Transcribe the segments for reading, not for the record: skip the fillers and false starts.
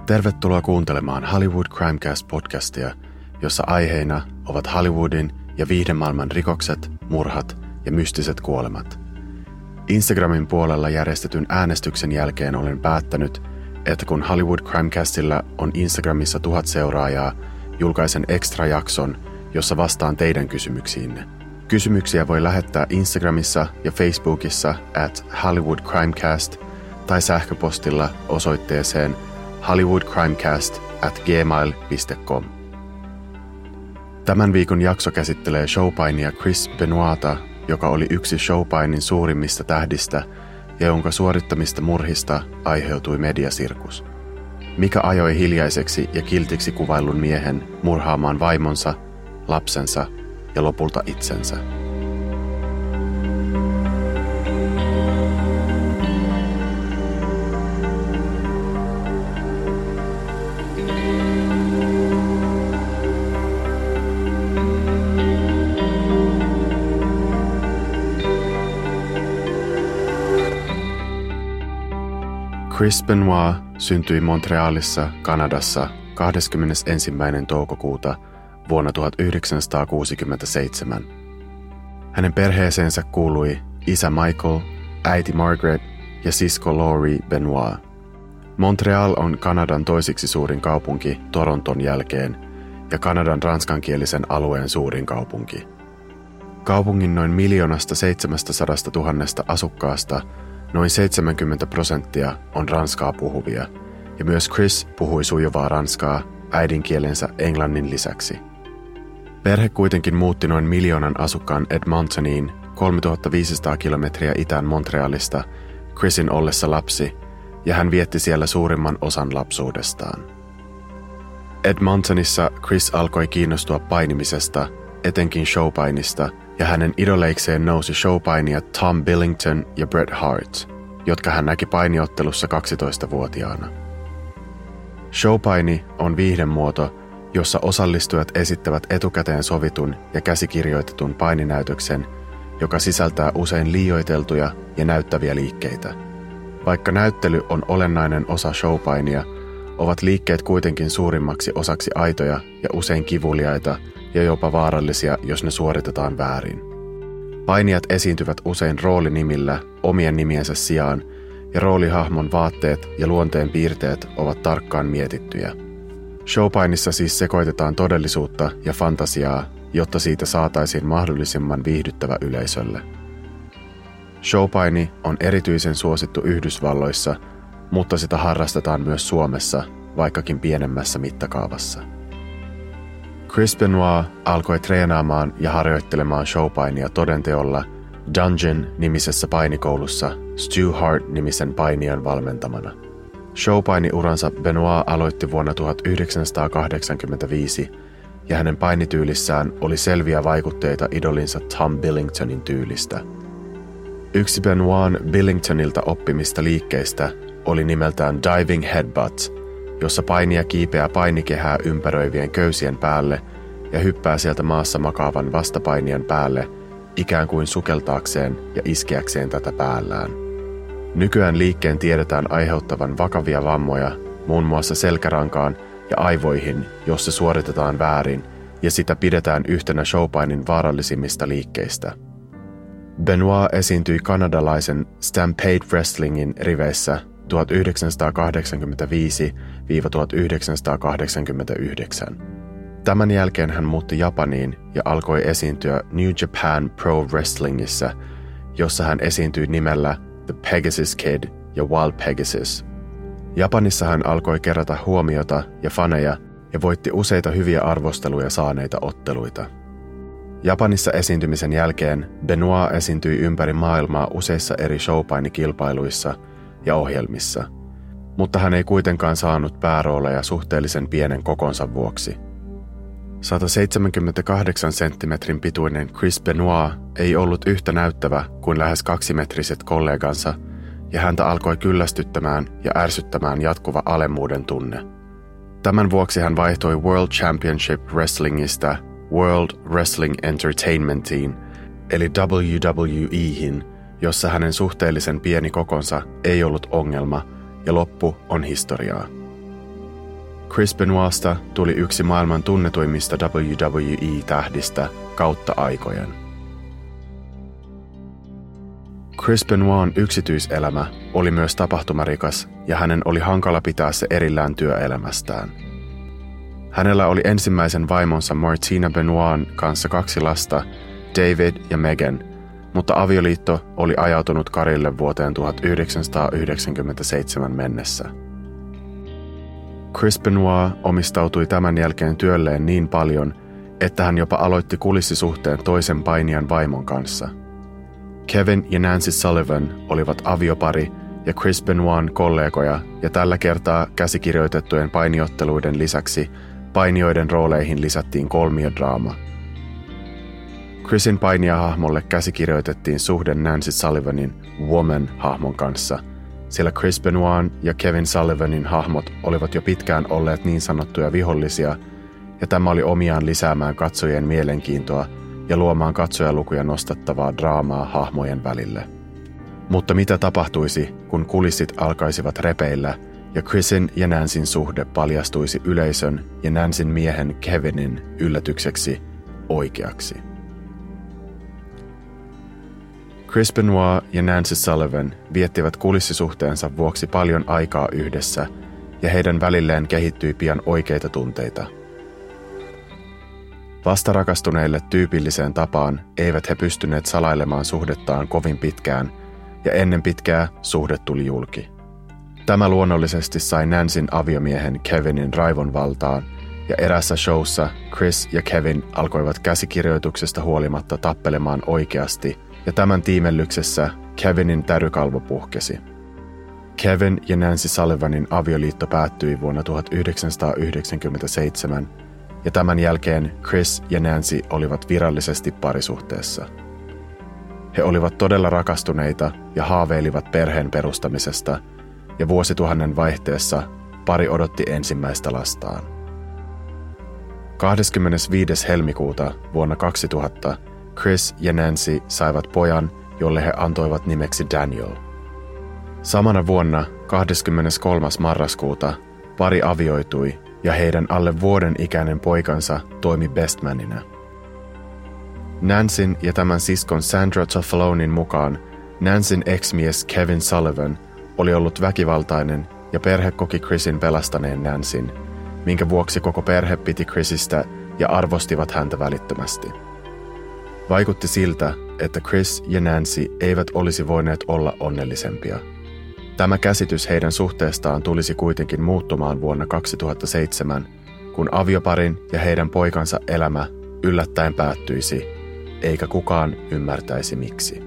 Tervetuloa kuuntelemaan Hollywood Crimecast-podcastia, jossa aiheina ovat Hollywoodin ja viihdemaailman rikokset, murhat ja mystiset kuolemat. Instagramin puolella järjestetyn äänestyksen jälkeen olen päättänyt, että kun Hollywood Crimecastilla on Instagramissa 1000 seuraajaa, julkaisen extra-jakson, jossa vastaan teidän kysymyksiinne. Kysymyksiä voi lähettää Instagramissa ja Facebookissa @HollywoodCrimecast tai sähköpostilla osoitteeseen hollywoodcrimecast@gmail.com. Tämän viikon jakso käsittelee showpainia Chris Benoita, joka oli yksi showpainin suurimmista tähdistä ja jonka suorittamista murhista aiheutui mediasirkus. Mikä ajoi hiljaiseksi ja kiltiksi kuvaillun miehen murhaamaan vaimonsa, lapsensa ja lopulta itsensä. Chris Benoit syntyi Montrealissa, Kanadassa 21. toukokuuta vuonna 1967. Hänen perheeseensä kuului isä Michael, äiti Margaret ja sisko Laurie Benoit. Montreal on Kanadan toisiksi suurin kaupunki Toronton jälkeen ja Kanadan ranskankielisen alueen suurin kaupunki. Kaupungin noin 1 700 000 asukkaasta noin 70% on ranskaa puhuvia, ja myös Chris puhui sujuvaa ranskaa äidinkielensä englannin lisäksi. Perhe kuitenkin muutti noin 1 000 000 asukkaan Edmontoniin 3500 kilometriä itään Montrealista Chrisin ollessa lapsi, ja hän vietti siellä suurimman osan lapsuudestaan. Edmontonissa Chris alkoi kiinnostua painimisesta, etenkin showpainista, ja hänen idoleikseen nousi showpainijat Tom Billington ja Bret Hart, jotka hän näki painiottelussa 12-vuotiaana. Showpaini on viihdemuoto, jossa osallistujat esittävät etukäteen sovitun ja käsikirjoitetun paininäytöksen, joka sisältää usein liioiteltuja ja näyttäviä liikkeitä. Vaikka näyttely on olennainen osa showpainia, ovat liikkeet kuitenkin suurimmaksi osaksi aitoja ja usein kivuliaita ja jopa vaarallisia, jos ne suoritetaan väärin. Painijat esiintyvät usein roolinimillä omien nimiensä sijaan, ja roolihahmon vaatteet ja luonteen piirteet ovat tarkkaan mietittyjä. Showpainissa siis sekoitetaan todellisuutta ja fantasiaa, jotta siitä saataisiin mahdollisimman viihdyttävä yleisölle. Showpaini on erityisen suosittu Yhdysvalloissa, mutta sitä harrastetaan myös Suomessa, vaikkakin pienemmässä mittakaavassa. Chris Benoit alkoi treenaamaan ja harjoittelemaan showpainia todenteolla Dungeon-nimisessä painikoulussa Stu Hart-nimisen painijan valmentamana. Showpaini-uransa Benoit aloitti vuonna 1985, ja hänen painityylissään oli selviä vaikutteita idolinsa Tom Billingtonin tyylistä. Yksi Benoit Billingtonilta oppimista liikkeistä oli nimeltään Diving Headbutt, jossa painija kiipeää painikehää ympäröivien köysien päälle ja hyppää sieltä maassa makaavan vastapainijan päälle, ikään kuin sukeltaakseen ja iskeäkseen tätä päällään. Nykyään liikkeen tiedetään aiheuttavan vakavia vammoja, muun muassa selkärankaan ja aivoihin, jos se suoritetaan väärin, ja sitä pidetään yhtenä showpainin vaarallisimmista liikkeista. Benoit esiintyi kanadalaisen Stampede Wrestlingin riveissä 1985–1989. Tämän jälkeen hän muutti Japaniin ja alkoi esiintyä New Japan Pro Wrestlingissa, jossa hän esiintyi nimellä The Pegasus Kid ja Wild Pegasus. Japanissa hän alkoi kerätä huomiota ja faneja ja voitti useita hyviä arvosteluja saaneita otteluita. Japanissa esiintymisen jälkeen Benoit esiintyi ympäri maailmaa useissa eri showpainikilpailuissa ja ohjelmissa, mutta hän ei kuitenkaan saanut päärooleja suhteellisen pienen kokonsa vuoksi. 178 senttimetrin pituinen Chris Benoit ei ollut yhtä näyttävä kuin lähes 2-metriset kollegansa, ja häntä alkoi kyllästyttämään ja ärsyttämään jatkuva alemmuuden tunne. Tämän vuoksi hän vaihtoi World Championship Wrestlingistä World Wrestling Entertainmentiin, eli WWE:hin, jossa hänen suhteellisen pieni kokonsa ei ollut ongelma, ja loppu on historiaa. Chris Benoitsta tuli yksi maailman tunnetuimmista WWE-tähdistä kautta aikojen. Chris Benoitin yksityiselämä oli myös tapahtumarikas ja hänen oli hankala pitää se erillään työelämästään. Hänellä oli ensimmäisen vaimonsa Martina Benoitin kanssa 2 lasta, David ja Megan, mutta avioliitto oli ajautunut karille vuoteen 1997 mennessä. Chris Benoit omistautui tämän jälkeen työlleen niin paljon, että hän jopa aloitti kulissisuhteen toisen painijan vaimon kanssa. Kevin ja Nancy Sullivan olivat aviopari ja Chris Benoitin kollegoja, ja tällä kertaa käsikirjoitettujen painiotteluiden lisäksi painijoiden rooleihin lisättiin kolmiodraama. Chrisin painijahahmolle käsikirjoitettiin suhde Nancy Sullivanin Woman-hahmon kanssa, sillä Chris Benoitin ja Kevin Sullivanin hahmot olivat jo pitkään olleet niin sanottuja vihollisia, ja tämä oli omiaan lisäämään katsojien mielenkiintoa ja luomaan katsojalukuja nostattavaa draamaa hahmojen välille. Mutta mitä tapahtuisi, kun kulissit alkaisivat repeillä ja Chrisin ja Nancyn suhde paljastuisi yleisön ja Nancyn miehen Kevinin yllätykseksi oikeaksi? Chris Benoit ja Nancy Sullivan viettivät kulissisuhteensa vuoksi paljon aikaa yhdessä, ja heidän välilleen kehittyi pian oikeita tunteita. Vastarakastuneille tyypilliseen tapaan eivät he pystyneet salailemaan suhdettaan kovin pitkään, ja ennen pitkää suhde tuli julki. Tämä luonnollisesti sai Nancyn aviomiehen Kevinin raivon valtaan, ja erässä showssa Chris ja Kevin alkoivat käsikirjoituksesta huolimatta tappelemaan oikeasti, ja tämän tiimellyksessä Kevinin tärykalvo puhkesi. Kevin ja Nancy Sullivanin avioliitto päättyi vuonna 1997, ja tämän jälkeen Chris ja Nancy olivat virallisesti parisuhteessa. He olivat todella rakastuneita ja haaveilivat perheen perustamisesta, ja vuosituhannen vaihteessa pari odotti ensimmäistä lastaan. 25. helmikuuta vuonna 2000 Chris ja Nancy saivat pojan, jolle he antoivat nimeksi Daniel. Samana vuonna 23. marraskuuta pari avioitui ja heidän alle vuoden ikäinen poikansa toimi bestmanina. Nancyn ja tämän siskon Sandra Toffalonin mukaan Nancyn ex-mies Kevin Sullivan oli ollut väkivaltainen ja perhe koki Chrisin pelastaneen Nancyn, minkä vuoksi koko perhe piti Chrisistä ja arvostivat häntä välittömästi. Vaikutti siltä, että Chris ja Nancy eivät olisi voineet olla onnellisempia. Tämä käsitys heidän suhteestaan tulisi kuitenkin muuttumaan vuonna 2007, kun avioparin ja heidän poikansa elämä yllättäen päättyisi, eikä kukaan ymmärtäisi miksi.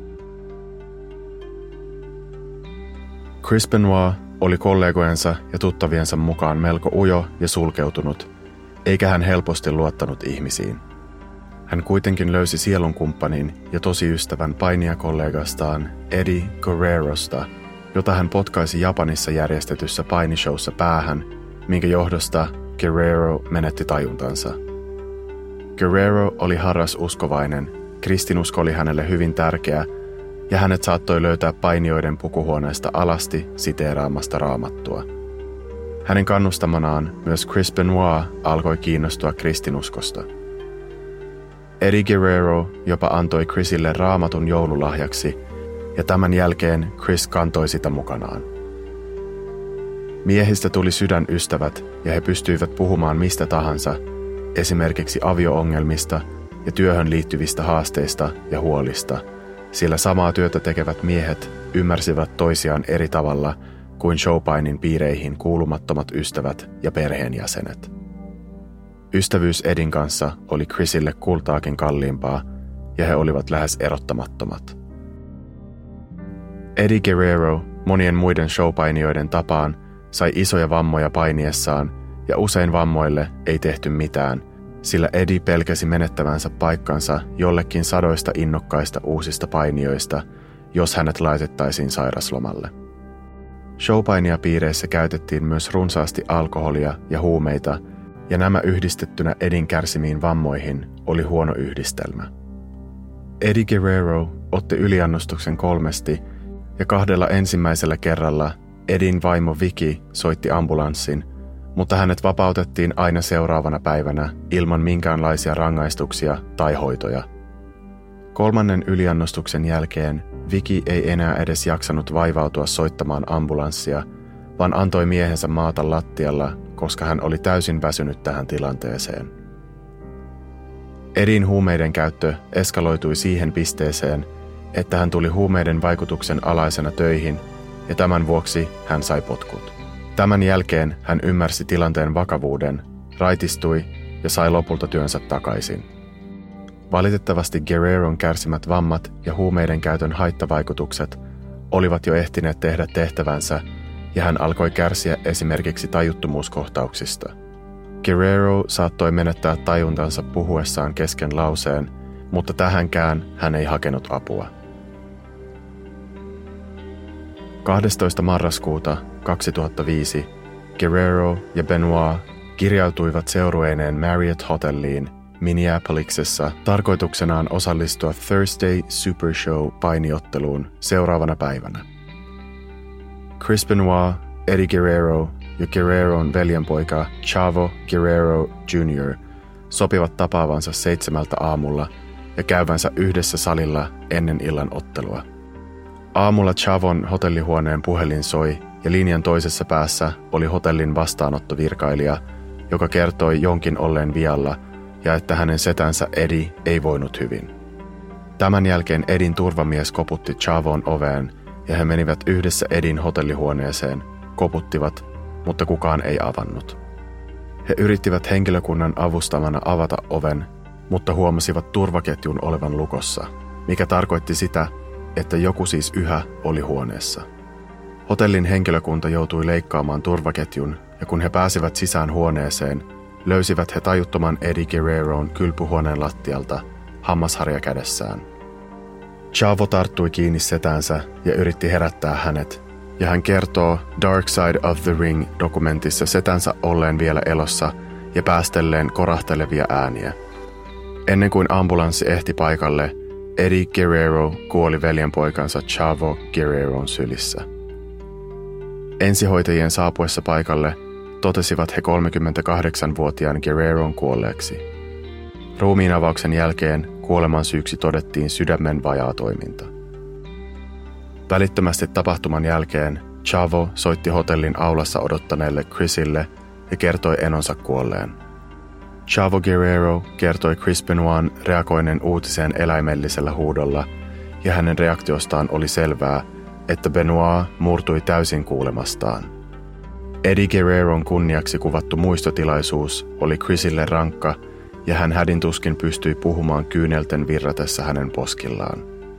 Chris Benoit oli kollegojensa ja tuttaviensa mukaan melko ujo ja sulkeutunut, eikä hän helposti luottanut ihmisiin. Hän kuitenkin löysi sielunkumppanin ja tosiystävän painijakollegastaan Eddie Guerrerosta, jota hän potkaisi Japanissa järjestetyssä painishowssa päähän, minkä johdosta Guerrero menetti tajuntansa. Guerrero oli harrasuskovainen, kristinusko oli hänelle hyvin tärkeä, ja hänet saattoi löytää painijoiden pukuhuoneesta alasti siteeraamasta raamattua. Hänen kannustamanaan myös Chris Benoit alkoi kiinnostua kristinuskosta. Eddie Guerrero jopa antoi Chrisille raamatun joululahjaksi, ja tämän jälkeen Chris kantoi sitä mukanaan. Miehistä tuli sydänystävät, ja he pystyivät puhumaan mistä tahansa, esimerkiksi avio-ongelmista ja työhön liittyvistä haasteista ja huolista, sillä samaa työtä tekevät miehet ymmärsivät toisiaan eri tavalla kuin showpainin piireihin kuulumattomat ystävät ja perheenjäsenet. Ystävyys Edin kanssa oli Chrisille kultaakin kalliimpaa, ja he olivat lähes erottamattomat. Eddie Guerrero monien muiden showpainijoiden tapaan sai isoja vammoja painiessaan, ja usein vammoille ei tehty mitään, sillä Eddie pelkäsi menettävänsä paikkansa jollekin sadoista innokkaista uusista painijoista, jos hänet laitettaisiin sairaslomalle. Showpainijapiireissä käytettiin myös runsaasti alkoholia ja huumeita, ja nämä yhdistettynä Edin kärsimiin vammoihin oli huono yhdistelmä. Eddie Guerrero otti yliannostuksen 3, ja 2 ensimmäisellä kerralla Edin vaimo Vicky soitti ambulanssin, mutta hänet vapautettiin aina seuraavana päivänä ilman minkäänlaisia rangaistuksia tai hoitoja. 3. yliannostuksen jälkeen Vicky ei enää edes jaksanut vaivautua soittamaan ambulanssia, vaan antoi miehensä maata lattialla, koska hän oli täysin väsynyt tähän tilanteeseen. Edin huumeiden käyttö eskaloitui siihen pisteeseen, että hän tuli huumeiden vaikutuksen alaisena töihin ja tämän vuoksi hän sai potkut. Tämän jälkeen hän ymmärsi tilanteen vakavuuden, raitistui ja sai lopulta työnsä takaisin. Valitettavasti Guerreron kärsimät vammat ja huumeiden käytön haittavaikutukset olivat jo ehtineet tehdä tehtävänsä ja hän alkoi kärsiä esimerkiksi tajuttomuuskohtauksista. Guerrero saattoi menettää tajuntansa puhuessaan kesken lauseen, mutta tähänkään hän ei hakenut apua. 12. marraskuuta 2005 Guerrero ja Benoit kirjautuivat seurueineen Marriott-hotelliin Minneapolisessa tarkoituksenaan osallistua Thursday Super Show-painiotteluun seuraavana päivänä. Chris Benoit, Eddie Guerrero ja Guerreron veljenpoika Chavo Guerrero Jr. sopivat tapaavansa 7 aamulla ja käyvänsä yhdessä salilla ennen illan ottelua. Aamulla Chavon hotellihuoneen puhelin soi ja linjan toisessa päässä oli hotellin vastaanottovirkailija, joka kertoi jonkin olleen vialla ja että hänen setänsä Eddie ei voinut hyvin. Tämän jälkeen Edin turvamies koputti Chavon oveen ja he menivät yhdessä Edin hotellihuoneeseen, koputtivat, mutta kukaan ei avannut. He yrittivät henkilökunnan avustamana avata oven, mutta huomasivat turvaketjun olevan lukossa, mikä tarkoitti sitä, että joku siis yhä oli huoneessa. Hotellin henkilökunta joutui leikkaamaan turvaketjun ja kun he pääsivät sisään huoneeseen, löysivät he tajuttoman Eddie Guerreron kylpyhuoneen lattialta, hammasharja kädessään. Chavo tarttui kiinni setäänsä ja yritti herättää hänet, ja hän kertoo Dark Side of the Ring-dokumentissa setänsä olleen vielä elossa ja päästelleen korahtelevia ääniä. Ennen kuin ambulanssi ehti paikalle, Eddie Guerrero kuoli veljenpoikansa Chavo Guerreron sylissä. Ensihoitajien saapuessa paikalle totesivat he 38-vuotiaan Guerreron kuolleeksi. Ruumiinavauksen jälkeen kuoleman syyksi todettiin sydämen vajaatoiminta. Välittömästi tapahtuman jälkeen Chavo soitti hotellin aulassa odottaneelle Chrisille ja kertoi enonsa kuolleen. Chavo Guerrero kertoi Chris Benoitin reagoineen uutiseen eläimellisellä huudolla ja hänen reaktiostaan oli selvää, että Benoit murtui täysin kuulemastaan. Eddie Guerreron kunniaksi kuvattu muistotilaisuus oli Chrisille rankka ja hän hädintuskin pystyi puhumaan kyynelten virratessa hänen poskillaan.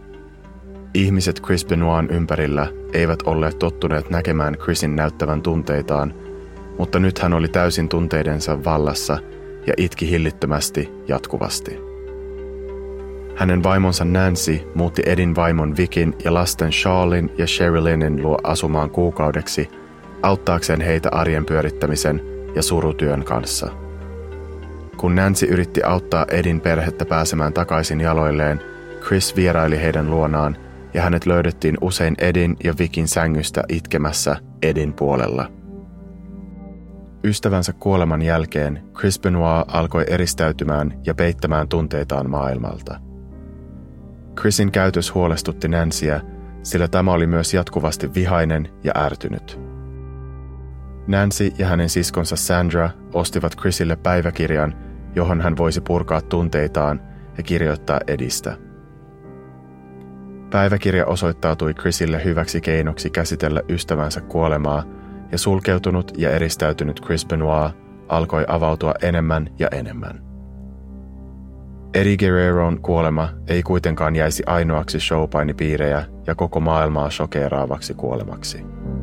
Ihmiset Chris Benoitin ympärillä eivät olleet tottuneet näkemään Chrisin näyttävän tunteitaan, mutta nyt hän oli täysin tunteidensa vallassa ja itki hillittömästi jatkuvasti. Hänen vaimonsa Nancy muutti Edin vaimon Vickin ja lasten Charlin ja Sherilyn luo asumaan kuukaudeksi, auttaakseen heitä arjen pyörittämisen ja surutyön kanssa. Kun Nancy yritti auttaa Edin perhettä pääsemään takaisin jaloilleen, Chris vieraili heidän luonaan ja hänet löydettiin usein Edin ja Vickin sängystä itkemässä Edin puolella. Ystävänsä kuoleman jälkeen Chris Benoit alkoi eristäytymään ja peittämään tunteitaan maailmalta. Chrisin käytös huolestutti Nancyä, sillä tämä oli myös jatkuvasti vihainen ja ärtynyt. Nancy ja hänen siskonsa Sandra ostivat Chrisille päiväkirjan, johon hän voisi purkaa tunteitaan ja kirjoittaa Edistä. Päiväkirja osoittautui Chrisille hyväksi keinoksi käsitellä ystävänsä kuolemaa, ja sulkeutunut ja eristäytynyt Chris Benoit alkoi avautua enemmän ja enemmän. Eddie Guerreron kuolema ei kuitenkaan jäisi ainoaksi showpainipiirejä ja koko maailmaa shokeeraavaksi kuolemaksi.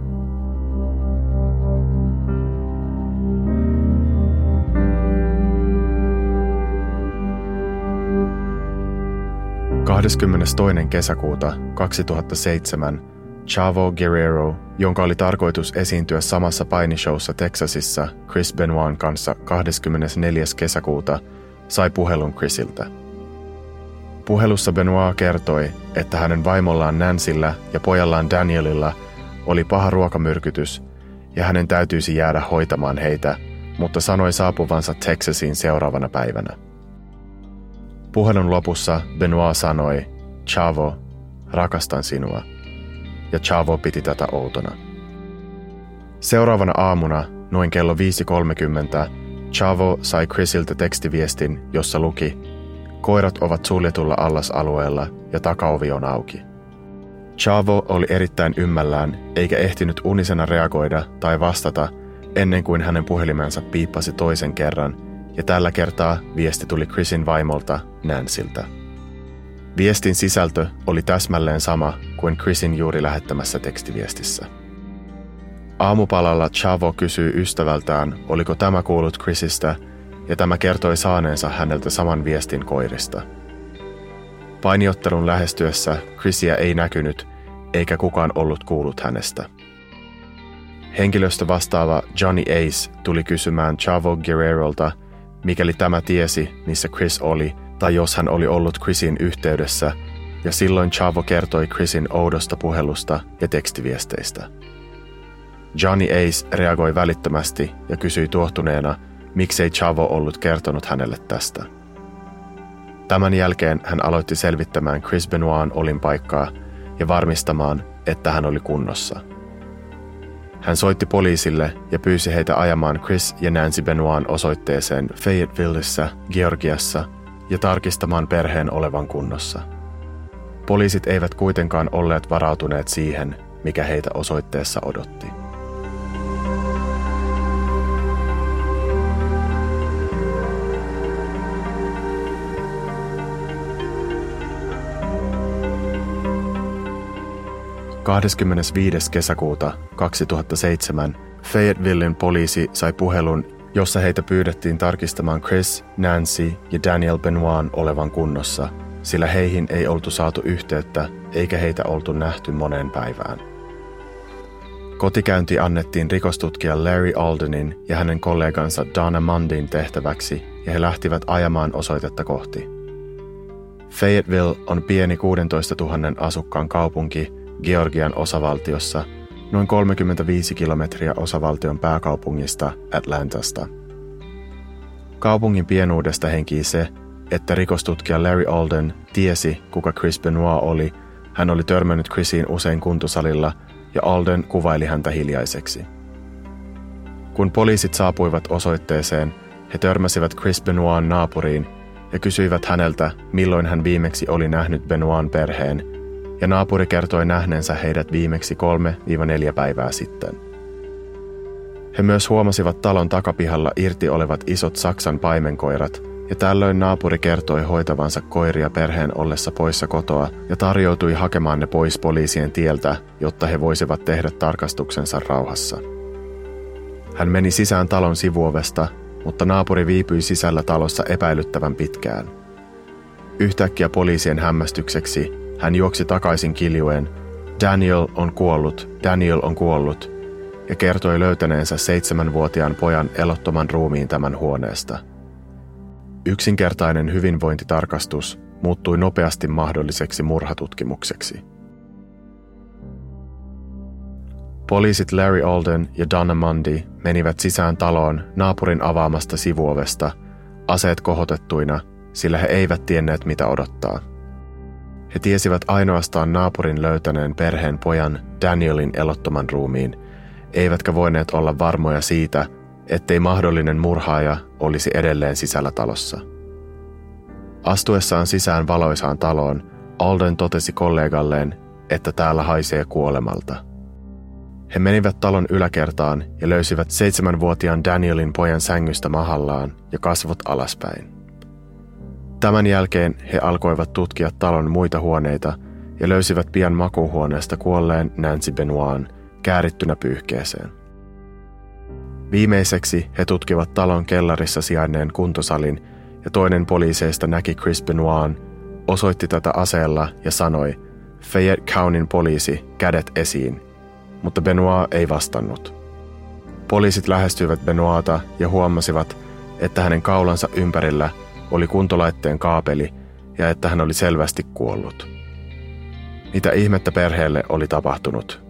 – 22. kesäkuuta 2007 Chavo Guerrero, jonka oli tarkoitus esiintyä samassa painishowssa Texasissa Chris Benoitin kanssa 24. kesäkuuta, sai puhelun Chrisiltä. Puhelussa Benoit kertoi, että hänen vaimollaan Nancyllä ja pojallaan Danielilla oli paha ruokamyrkytys ja hänen täytyisi jäädä hoitamaan heitä, mutta sanoi saapuvansa Texasiin seuraavana päivänä. Puhelun lopussa Benoit sanoi, "Chavo, rakastan sinua", ja Chavo piti tätä outona. Seuraavana aamuna, noin kello 5:30, Chavo sai Chrisiltä tekstiviestin, jossa luki, "Koirat ovat suljetulla allasalueella ja takaovi on auki." Chavo oli erittäin ymmällään, eikä ehtinyt unisena reagoida tai vastata ennen kuin hänen puhelimensa piippasi toisen kerran, ja tällä kertaa viesti tuli Chrisin vaimolta Nancyltä. Viestin sisältö oli täsmälleen sama kuin Chrisin juuri lähettämässä tekstiviestissä. Aamupalalla Chavo kysyi ystävältään, oliko tämä kuullut Chrisistä, ja tämä kertoi saaneensa häneltä saman viestin koirista. Painiottelun lähestyessä Chrisiä ei näkynyt, eikä kukaan ollut kuullut hänestä. Henkilöstö vastaava Johnny Ace tuli kysymään Chavo Guerrerolta, mikäli tämä tiesi, missä Chris oli, tai jos hän oli ollut Chrisin yhteydessä, ja silloin Chavo kertoi Chrisin oudosta puhelusta ja tekstiviesteistä. Johnny Ace reagoi välittömästi ja kysyi tuohtuneena, miksei Chavo ollut kertonut hänelle tästä. Tämän jälkeen hän aloitti selvittämään Chris Benoitin olinpaikkaa ja varmistamaan, että hän oli kunnossa. Hän soitti poliisille ja pyysi heitä ajamaan Chris ja Nancy Benoitin osoitteeseen Fayettevillessä, Georgiassa, ja tarkistamaan perheen olevan kunnossa. Poliisit eivät kuitenkaan olleet varautuneet siihen, mikä heitä osoitteessa odotti. – 25. kesäkuuta 2007 Fayettevillen poliisi sai puhelun, jossa heitä pyydettiin tarkistamaan Chris, Nancy ja Daniel Benoitin olevan kunnossa, sillä heihin ei oltu saatu yhteyttä eikä heitä oltu nähty moneen päivään. Kotikäynti annettiin rikostutkija Larry Aldenin ja hänen kollegansa Donna Mundin tehtäväksi, ja he lähtivät ajamaan osoitetta kohti. Fayetteville on pieni 16 000 asukkaan kaupunki Georgian osavaltiossa, noin 35 kilometriä osavaltion pääkaupungista Atlantasta. Kaupungin pienuudesta henkii se, että rikostutkija Larry Alden tiesi, kuka Chris Benoit oli. Hän oli törmännyt Chrisiin usein kuntosalilla, ja Alden kuvaili häntä hiljaiseksi. Kun poliisit saapuivat osoitteeseen, he törmäsivät Chris Benoitin naapuriin ja kysyivät häneltä, milloin hän viimeksi oli nähnyt Benoitin perheen, ja naapuri kertoi nähneensä heidät viimeksi 3-4 päivää sitten. He myös huomasivat talon takapihalla irti olevat isot Saksan paimenkoirat, ja tällöin naapuri kertoi hoitavansa koiria perheen ollessa poissa kotoa ja tarjoutui hakemaan ne pois poliisien tieltä, jotta he voisivat tehdä tarkastuksensa rauhassa. Hän meni sisään talon sivuovesta, mutta naapuri viipyi sisällä talossa epäilyttävän pitkään. Yhtäkkiä poliisien hämmästykseksi hän juoksi takaisin kiljuen, "Daniel on kuollut, Daniel on kuollut", ja kertoi löytäneensä 7-vuotiaan pojan elottoman ruumiin tämän huoneesta. Yksinkertainen hyvinvointitarkastus muuttui nopeasti mahdolliseksi murhatutkimukseksi. Poliisit Larry Alden ja Donna Mundy menivät sisään taloon naapurin avaamasta sivuovesta, aseet kohotettuina, sillä he eivät tienneet mitä odottaa. He tiesivät ainoastaan naapurin löytäneen perheen pojan Danielin elottoman ruumiin, eivätkä voineet olla varmoja siitä, ettei mahdollinen murhaaja olisi edelleen sisällä talossa. Astuessaan sisään valoisaan taloon, Alden totesi kollegalleen, että täällä haisee kuolemalta. He menivät talon yläkertaan ja löysivät 7-vuotiaan Danielin pojan sängystä mahallaan ja kasvot alaspäin. Tämän jälkeen he alkoivat tutkia talon muita huoneita ja löysivät pian makuuhuoneesta kuolleen Nancy Benoitin käärittynä pyyhkeeseen. Viimeiseksi he tutkivat talon kellarissa sijainneen kuntosalin, ja toinen poliiseista näki Chris Benoitin, osoitti tätä aseella ja sanoi, "Fayette Countyn poliisi, kädet esiin", mutta Benoit ei vastannut. Poliisit lähestyivät Benoita ja huomasivat, että hänen kaulansa ympärillä oli kuntolaitteen kaapeli ja että hän oli selvästi kuollut. Mitä ihmettä perheelle oli tapahtunut?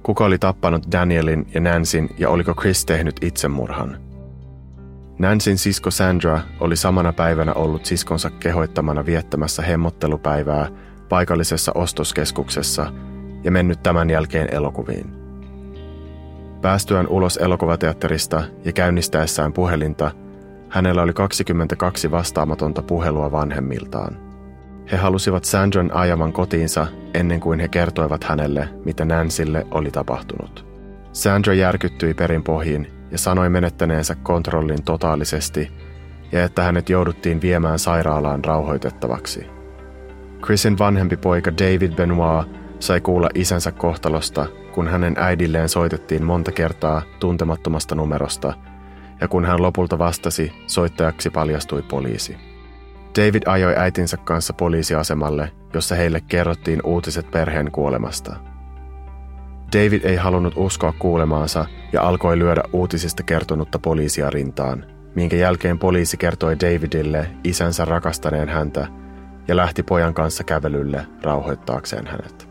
Kuka oli tappanut Danielin ja Nancyn ja oliko Chris tehnyt itsemurhan? Nancyn sisko Sandra oli samana päivänä ollut siskonsa kehoittamana viettämässä hemmottelupäivää paikallisessa ostoskeskuksessa ja mennyt tämän jälkeen elokuviin. Päästyään ulos elokuvateatterista ja käynnistäessään puhelinta, hänellä oli 22 vastaamatonta puhelua vanhemmiltaan. He halusivat Sandran ajavan kotiinsa ennen kuin he kertoivat hänelle, mitä Nancylle oli tapahtunut. Sandra järkyttyi perinpohjin ja sanoi menettäneensä kontrollin totaalisesti ja että hänet jouduttiin viemään sairaalaan rauhoitettavaksi. Chrisin vanhempi poika David Benoit sai kuulla isänsä kohtalosta, kun hänen äidilleen soitettiin monta kertaa tuntemattomasta numerosta, ja kun hän lopulta vastasi, soittajaksi paljastui poliisi. David ajoi äitinsä kanssa poliisiasemalle, jossa heille kerrottiin uutiset perheen kuolemasta. David ei halunnut uskoa kuulemaansa ja alkoi lyödä uutisista kertonutta poliisia rintaan, minkä jälkeen poliisi kertoi Davidille isänsä rakastaneen häntä ja lähti pojan kanssa kävelylle rauhoittaakseen hänet.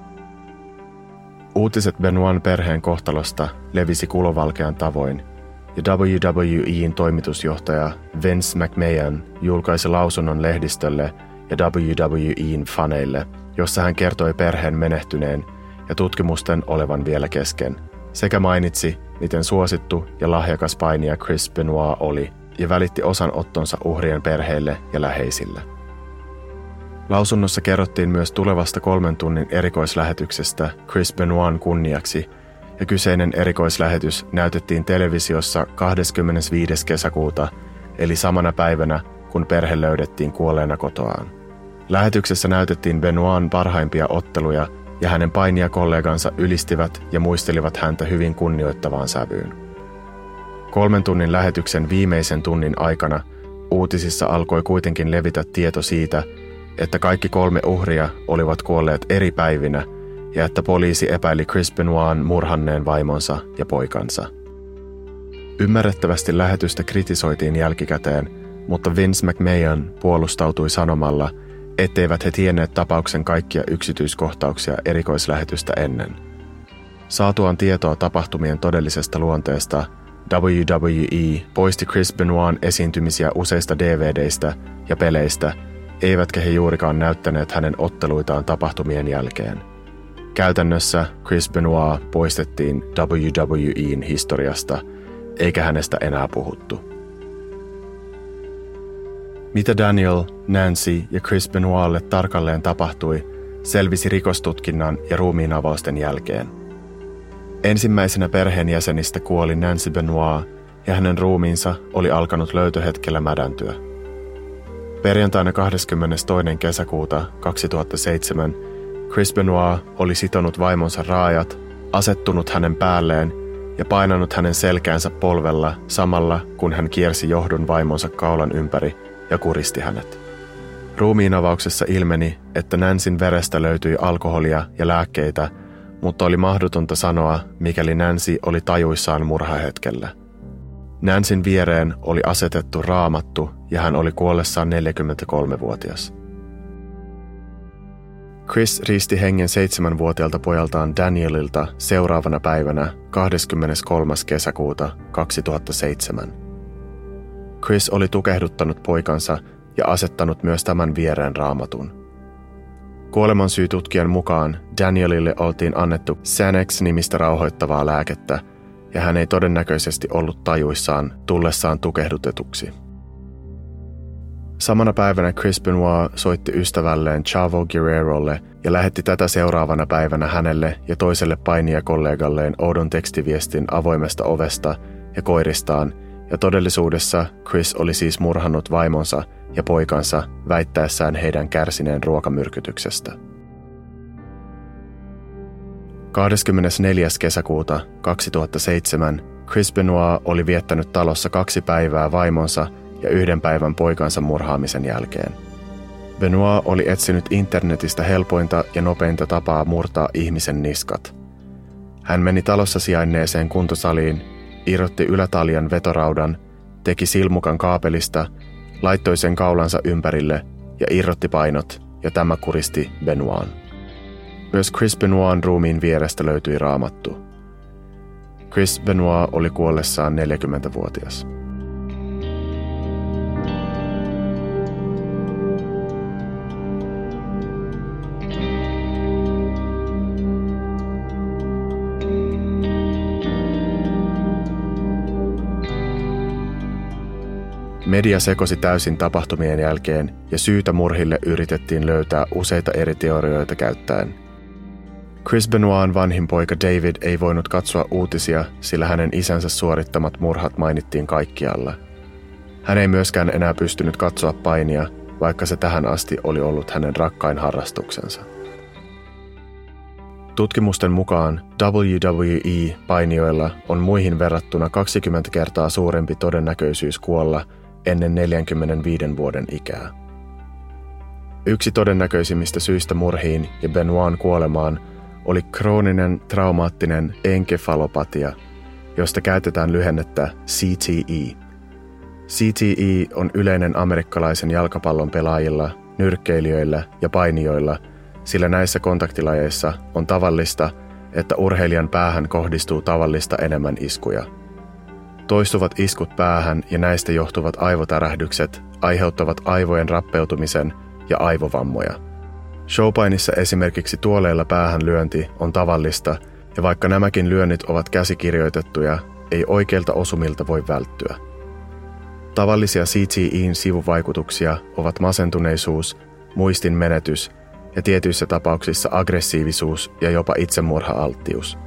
Uutiset Benoitin perheen kohtalosta levisi kulovalkean tavoin, ja WWE:n toimitusjohtaja Vince McMahon julkaisi lausunnon lehdistölle ja WWE:n faneille, jossa hän kertoi perheen menehtyneen ja tutkimusten olevan vielä kesken, sekä mainitsi, miten suosittu ja lahjakas painija Chris Benoit oli, ja välitti osanottonsa uhrien perheille ja läheisille. Lausunnossa kerrottiin myös tulevasta 3 tunnin erikoislähetyksestä Chris Benoitin kunniaksi, ja kyseinen erikoislähetys näytettiin televisiossa 25. kesäkuuta, eli samana päivänä, kun perhe löydettiin kuolleena kotoaan. Lähetyksessä näytettiin Benoitin parhaimpia otteluja, ja hänen painijakollegansa ylistivät ja muistelivat häntä hyvin kunnioittavaan sävyyn. 3 tunnin lähetyksen viimeisen tunnin aikana uutisissa alkoi kuitenkin levitä tieto siitä, että kaikki 3 uhria olivat kuolleet eri päivinä ja että poliisi epäili Chris Benoitin murhanneen vaimonsa ja poikansa. Ymmärrettävästi lähetystä kritisoitiin jälkikäteen, mutta Vince McMahon puolustautui sanomalla, etteivät he tienneet tapauksen kaikkia yksityiskohtauksia erikoislähetystä ennen. Saatuaan tietoa tapahtumien todellisesta luonteesta, WWE poisti Chris Benoitin esiintymisiä useista DVDistä ja peleistä, eivätkä he juurikaan näyttäneet hänen otteluitaan tapahtumien jälkeen. Käytännössä Chris Benoit poistettiin WWE:n historiasta, eikä hänestä enää puhuttu. Mitä Daniel, Nancy ja Chris Benoitille tarkalleen tapahtui, selvisi rikostutkinnan ja ruumiinavausten jälkeen. Ensimmäisenä perheenjäsenistä kuoli Nancy Benoit ja hänen ruumiinsa oli alkanut löytöhetkellä mädäntyä. Perjantaina 22. kesäkuuta 2007 Chris Benoit oli sitonut vaimonsa raajat, asettunut hänen päälleen ja painanut hänen selkäänsä polvella samalla, kun hän kiersi johdun vaimonsa kaulan ympäri ja kuristi hänet. Ruumiinavauksessa ilmeni, että Nancyn verestä löytyi alkoholia ja lääkkeitä, mutta oli mahdotonta sanoa, mikäli Nancy oli tajuissaan murhahetkellä. Nancyn viereen oli asetettu raamattu ja hän oli kuollessaan 43-vuotias. Chris riisti hengen 7-vuotiaalta pojaltaan Danielilta seuraavana päivänä 23. kesäkuuta 2007. Chris oli tukehduttanut poikansa ja asettanut myös tämän viereen raamatun. Kuolemansyytutkijan mukaan Danielille oltiin annettu Xanax-nimistä rauhoittavaa lääkettä, ja hän ei todennäköisesti ollut tajuissaan tullessaan tukehdutetuksi. Samana päivänä Chris Benoit soitti ystävälleen Chavo Guerrerolle ja lähetti tätä seuraavana päivänä hänelle ja toiselle painijakollegalleen oudon tekstiviestin avoimesta ovesta ja koiristaan, ja todellisuudessa Chris oli siis murhannut vaimonsa ja poikansa väittäessään heidän kärsineen ruokamyrkytyksestä. 24. kesäkuuta 2007 Chris Benoit oli viettänyt talossa 2 päivää vaimonsa ja 1 päivän poikansa murhaamisen jälkeen. Benoit oli etsinyt internetistä helpointa ja nopeinta tapaa murtaa ihmisen niskat. Hän meni talossa sijainneeseen kuntosaliin, irrotti ylätaljan vetoraudan, teki silmukan kaapelista, laittoi sen kaulansa ympärille ja irrotti painot, ja tämä kuristi Benoitin. Myös Chris Benoitin ruumiin vierestä löytyi raamattu. Chris Benoit oli kuollessaan 40-vuotias. Media sekosi täysin tapahtumien jälkeen ja syytä murhille yritettiin löytää useita eri teorioita käyttäen. Chris Benoitin vanhin poika David ei voinut katsoa uutisia, sillä hänen isänsä suorittamat murhat mainittiin kaikkialla. Hän ei myöskään enää pystynyt katsoa painia, vaikka se tähän asti oli ollut hänen rakkain harrastuksensa. Tutkimusten mukaan WWE-painijoilla on muihin verrattuna 20 kertaa suurempi todennäköisyys kuolla ennen 45 vuoden ikää. Yksi todennäköisimmistä syistä murhiin ja Benoitin kuolemaan oli krooninen traumaattinen enkefalopatia, josta käytetään lyhennettä CTE. CTE on yleinen amerikkalaisen jalkapallon pelaajilla, nyrkkeilijöillä ja painijoilla, sillä näissä kontaktilajeissa on tavallista, että urheilijan päähän kohdistuu tavallista enemmän iskuja. Toistuvat iskut päähän ja näistä johtuvat aivotärähdykset aiheuttavat aivojen rappeutumisen ja aivovammoja. Showpainissa esimerkiksi tuoleilla päähän lyönti on tavallista, ja vaikka nämäkin lyönnit ovat käsikirjoitettuja, ei oikeilta osumilta voi välttyä. Tavallisia CTE:n sivuvaikutuksia ovat masentuneisuus, muistin menetys ja tietyissä tapauksissa aggressiivisuus ja jopa itsemurha-alttius.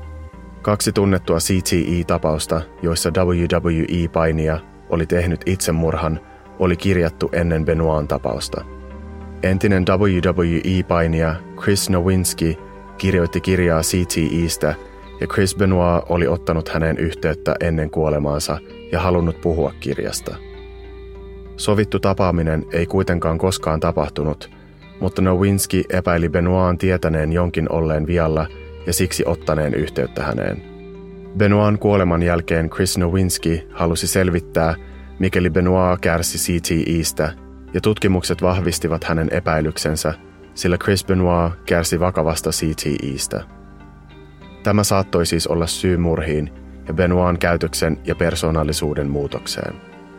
2 tunnettua CTE-tapausta, joissa WWE-painija oli tehnyt itsemurhan, oli kirjattu ennen Benoitin tapausta. Entinen WWE-painija Chris Nowinski kirjoitti kirjaa CTE:stä ja Chris Benoit oli ottanut häneen yhteyttä ennen kuolemaansa ja halunnut puhua kirjasta. Sovittu tapaaminen ei kuitenkaan koskaan tapahtunut, mutta Nowinski epäili Benoitin tietäneen jonkin olleen vialla ja siksi ottaneen yhteyttä häneen. Benoitin kuoleman jälkeen Chris Nowinski halusi selvittää, mikäli Benoit kärsi CTE:stä, ja tutkimukset vahvistivat hänen epäilyksensä, sillä Chris Benoit kärsi vakavasta CTE:stä. Tämä saattoi siis olla syy murhiin ja Benoitin käytöksen ja persoonallisuuden muutokseen.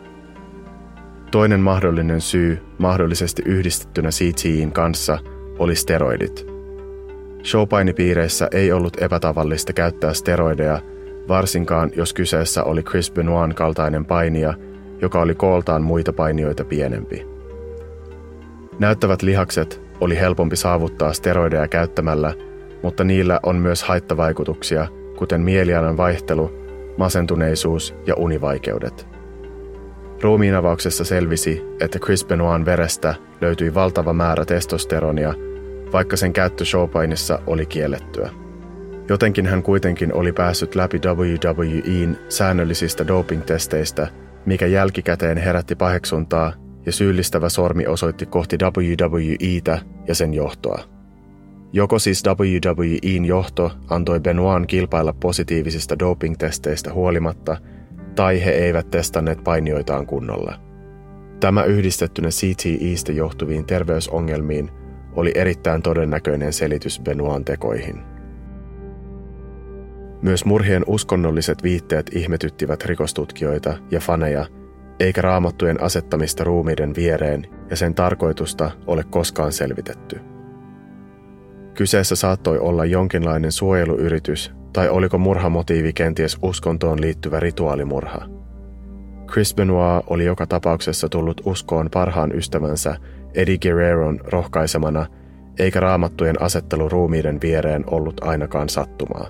Toinen mahdollinen syy, mahdollisesti yhdistettynä CTE:n kanssa, oli steroidit. Showpainipiireissä ei ollut epätavallista käyttää steroideja, varsinkaan jos kyseessä oli Chris Benoitin kaltainen painija, joka oli kooltaan muita painijoita pienempi. Näyttävät lihakset oli helpompi saavuttaa steroideja käyttämällä, mutta niillä on myös haittavaikutuksia, kuten mielialan vaihtelu, masentuneisuus ja univaikeudet. Ruumiinavauksessa selvisi, että Chris Benoitin verestä löytyi valtava määrä testosteronia, vaikka sen käyttö showpainissa oli kiellettyä. Jotenkin hän kuitenkin oli päässyt läpi WWE:n säännöllisistä doping-testeistä, mikä jälkikäteen herätti paheksuntaa ja syyllistävä sormi osoitti kohti WWE:tä ja sen johtoa. Joko siis WWE:n johto antoi Benoitin kilpailla positiivisista doping-testeistä huolimatta, tai he eivät testanneet painijoitaan kunnolla. Tämä yhdistettynä CTE:stä johtuviin terveysongelmiin oli erittäin todennäköinen selitys Benoitin tekoihin. Myös murhien uskonnolliset viitteet ihmetyttivät rikostutkijoita ja faneja, eikä raamattujen asettamista ruumiiden viereen ja sen tarkoitusta ole koskaan selvitetty. Kyseessä saattoi olla jonkinlainen suojeluyritys, tai oliko murhamotiivi kenties uskontoon liittyvä rituaalimurha. Chris Benoit oli joka tapauksessa tullut uskoon parhaan ystävänsä Eddie Guerreron rohkaisemana, eikä raamattujen asettelu ruumiiden viereen ollut ainakaan sattumaa.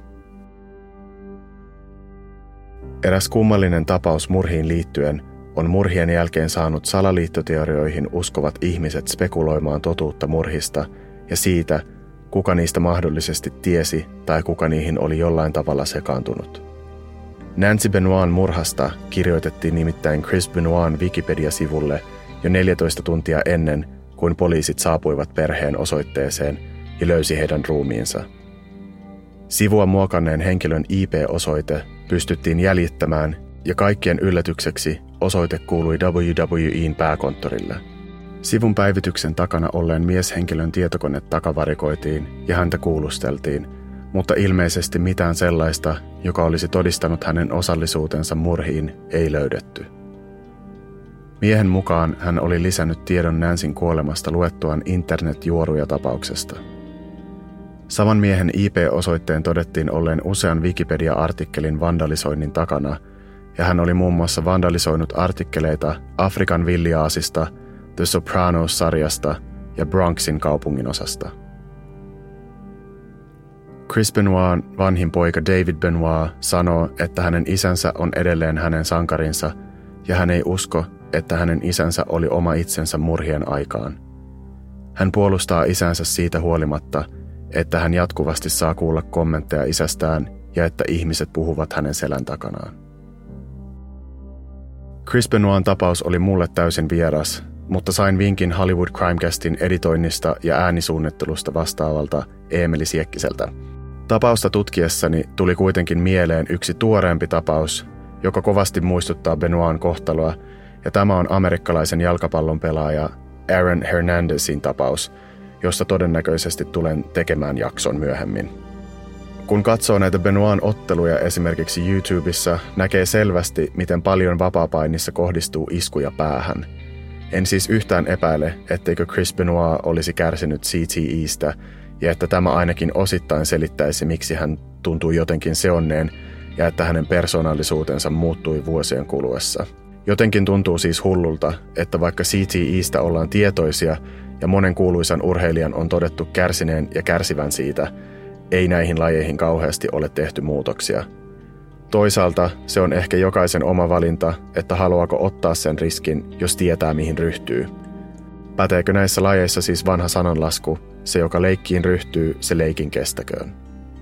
Eräs kummallinen tapaus murhiin liittyen on murhien jälkeen saanut salaliittoteorioihin uskovat ihmiset spekuloimaan totuutta murhista ja siitä, kuka niistä mahdollisesti tiesi tai kuka niihin oli jollain tavalla sekaantunut. Nancy Benoitin murhasta kirjoitettiin nimittäin Chris Benoitin Wikipedia-sivulle jo 14 tuntia ennen kuin poliisit saapuivat perheen osoitteeseen ja löysi heidän ruumiinsa. Sivua muokanneen henkilön IP-osoite pystyttiin jäljittämään ja kaikkien yllätykseksi osoite kuului WWE:n pääkonttorille. Sivun päivityksen takana olleen mieshenkilön tietokone takavarikoitiin ja häntä kuulusteltiin, mutta ilmeisesti mitään sellaista, joka olisi todistanut hänen osallisuutensa murhiin, ei löydetty. Miehen mukaan hän oli lisännyt tiedon Nancyn kuolemasta luettuaan internetjuoruja tapauksesta. Saman miehen IP-osoitteen todettiin olleen usean Wikipedia-artikkelin vandalisoinnin takana, ja hän oli muun muassa vandalisoinut artikkeleita Afrikan villiaasista, The Sopranos-sarjasta ja Bronxin kaupunginosasta. Chris Benoitin vanhin poika David Benoit sanoo, että hänen isänsä on edelleen hänen sankarinsa, ja hän ei usko, että hänen isänsä oli oma itsensä murhien aikaan. Hän puolustaa isänsä siitä huolimatta, että hän jatkuvasti saa kuulla kommentteja isästään ja että ihmiset puhuvat hänen selän takanaan. Chris Benoitin tapaus oli mulle täysin vieras, mutta sain vinkin Hollywood Crimecastin editoinnista ja äänisuunnittelusta vastaavalta Eemeli Siekkiseltä. Tapausta tutkiessani tuli kuitenkin mieleen yksi tuoreempi tapaus, joka kovasti muistuttaa Benoitin kohtaloa, ja tämä on amerikkalaisen jalkapallon pelaaja Aaron Hernandezin tapaus, josta todennäköisesti tulen tekemään jakson myöhemmin. Kun katsoo näitä Benoitin otteluja esimerkiksi YouTubessa, näkee selvästi, miten paljon vapaapainissa kohdistuu iskuja päähän. En siis yhtään epäile, etteikö Chris Benoit olisi kärsinyt CTEstä ja että tämä ainakin osittain selittäisi, miksi hän tuntui jotenkin seonneen ja että hänen persoonallisuutensa muuttui vuosien kuluessa. Jotenkin tuntuu siis hullulta, että vaikka CTEstä ollaan tietoisia ja monen kuuluisan urheilijan on todettu kärsineen ja kärsivän siitä, ei näihin lajeihin kauheasti ole tehty muutoksia. Toisaalta se on ehkä jokaisen oma valinta, että haluaako ottaa sen riskin, jos tietää mihin ryhtyy. Päteekö näissä lajeissa siis vanha sananlasku, se joka leikkiin ryhtyy, se leikin kestäköön?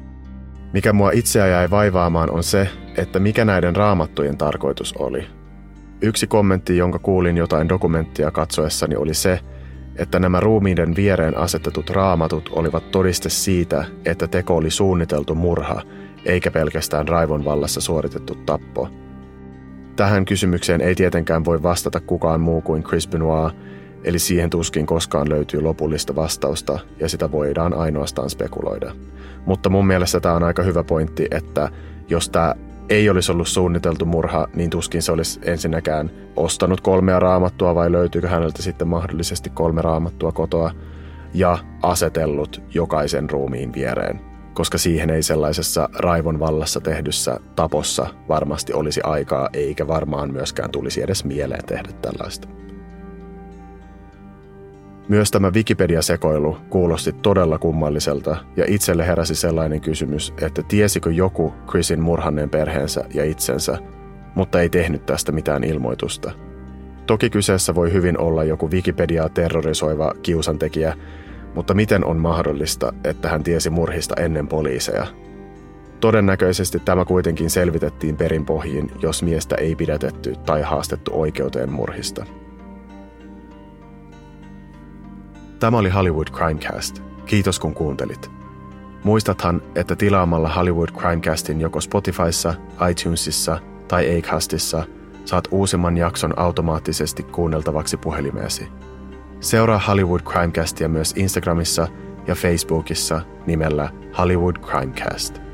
Mikä mua itseä jäi vaivaamaan on se, että mikä näiden raamattujen tarkoitus oli. Yksi kommentti, jonka kuulin jotain dokumenttia katsoessani, oli se, että nämä ruumiiden viereen asetetut raamatut olivat todiste siitä, että teko oli suunniteltu murha, eikä pelkästään raivon vallassa suoritettu tappo. Tähän kysymykseen ei tietenkään voi vastata kukaan muu kuin Chris Benoit, eli siihen tuskin koskaan löytyy lopullista vastausta, ja sitä voidaan ainoastaan spekuloida. Mutta mun mielestä tämä on aika hyvä pointti, että jos tämä ei olisi ollut suunniteltu murha, niin tuskin se olisi ensinnäkään ostanut 3 raamattua, vai löytyykö häneltä sitten mahdollisesti 3 raamattua kotoa, ja asetellut jokaisen ruumiin viereen, koska siihen ei sellaisessa raivon vallassa tehdyssä tapossa varmasti olisi aikaa, eikä varmaan myöskään tulisi edes mieleen tehdä tällaista. Myös tämä Wikipedia-sekoilu kuulosti todella kummalliselta, ja itselle heräsi sellainen kysymys, että tiesikö joku Chrisin murhanneen perheensä ja itsensä, mutta ei tehnyt tästä mitään ilmoitusta. Toki kyseessä voi hyvin olla joku Wikipediaa terrorisoiva kiusantekijä, mutta miten on mahdollista, että hän tiesi murhista ennen poliiseja? Todennäköisesti tämä kuitenkin selvitettiin perinpohjin, jos miestä ei pidätetty tai haastettu oikeuteen murhista. Tämä oli Hollywood Crimecast. Kiitos kun kuuntelit. Muistathan, että tilaamalla Hollywood Crimecastin joko Spotifyssa, iTunesissa tai Acastissa saat uusimman jakson automaattisesti kuunneltavaksi puhelimeesi. Seuraa Hollywood Crimecastia myös Instagramissa ja Facebookissa nimellä Hollywood Crimecast.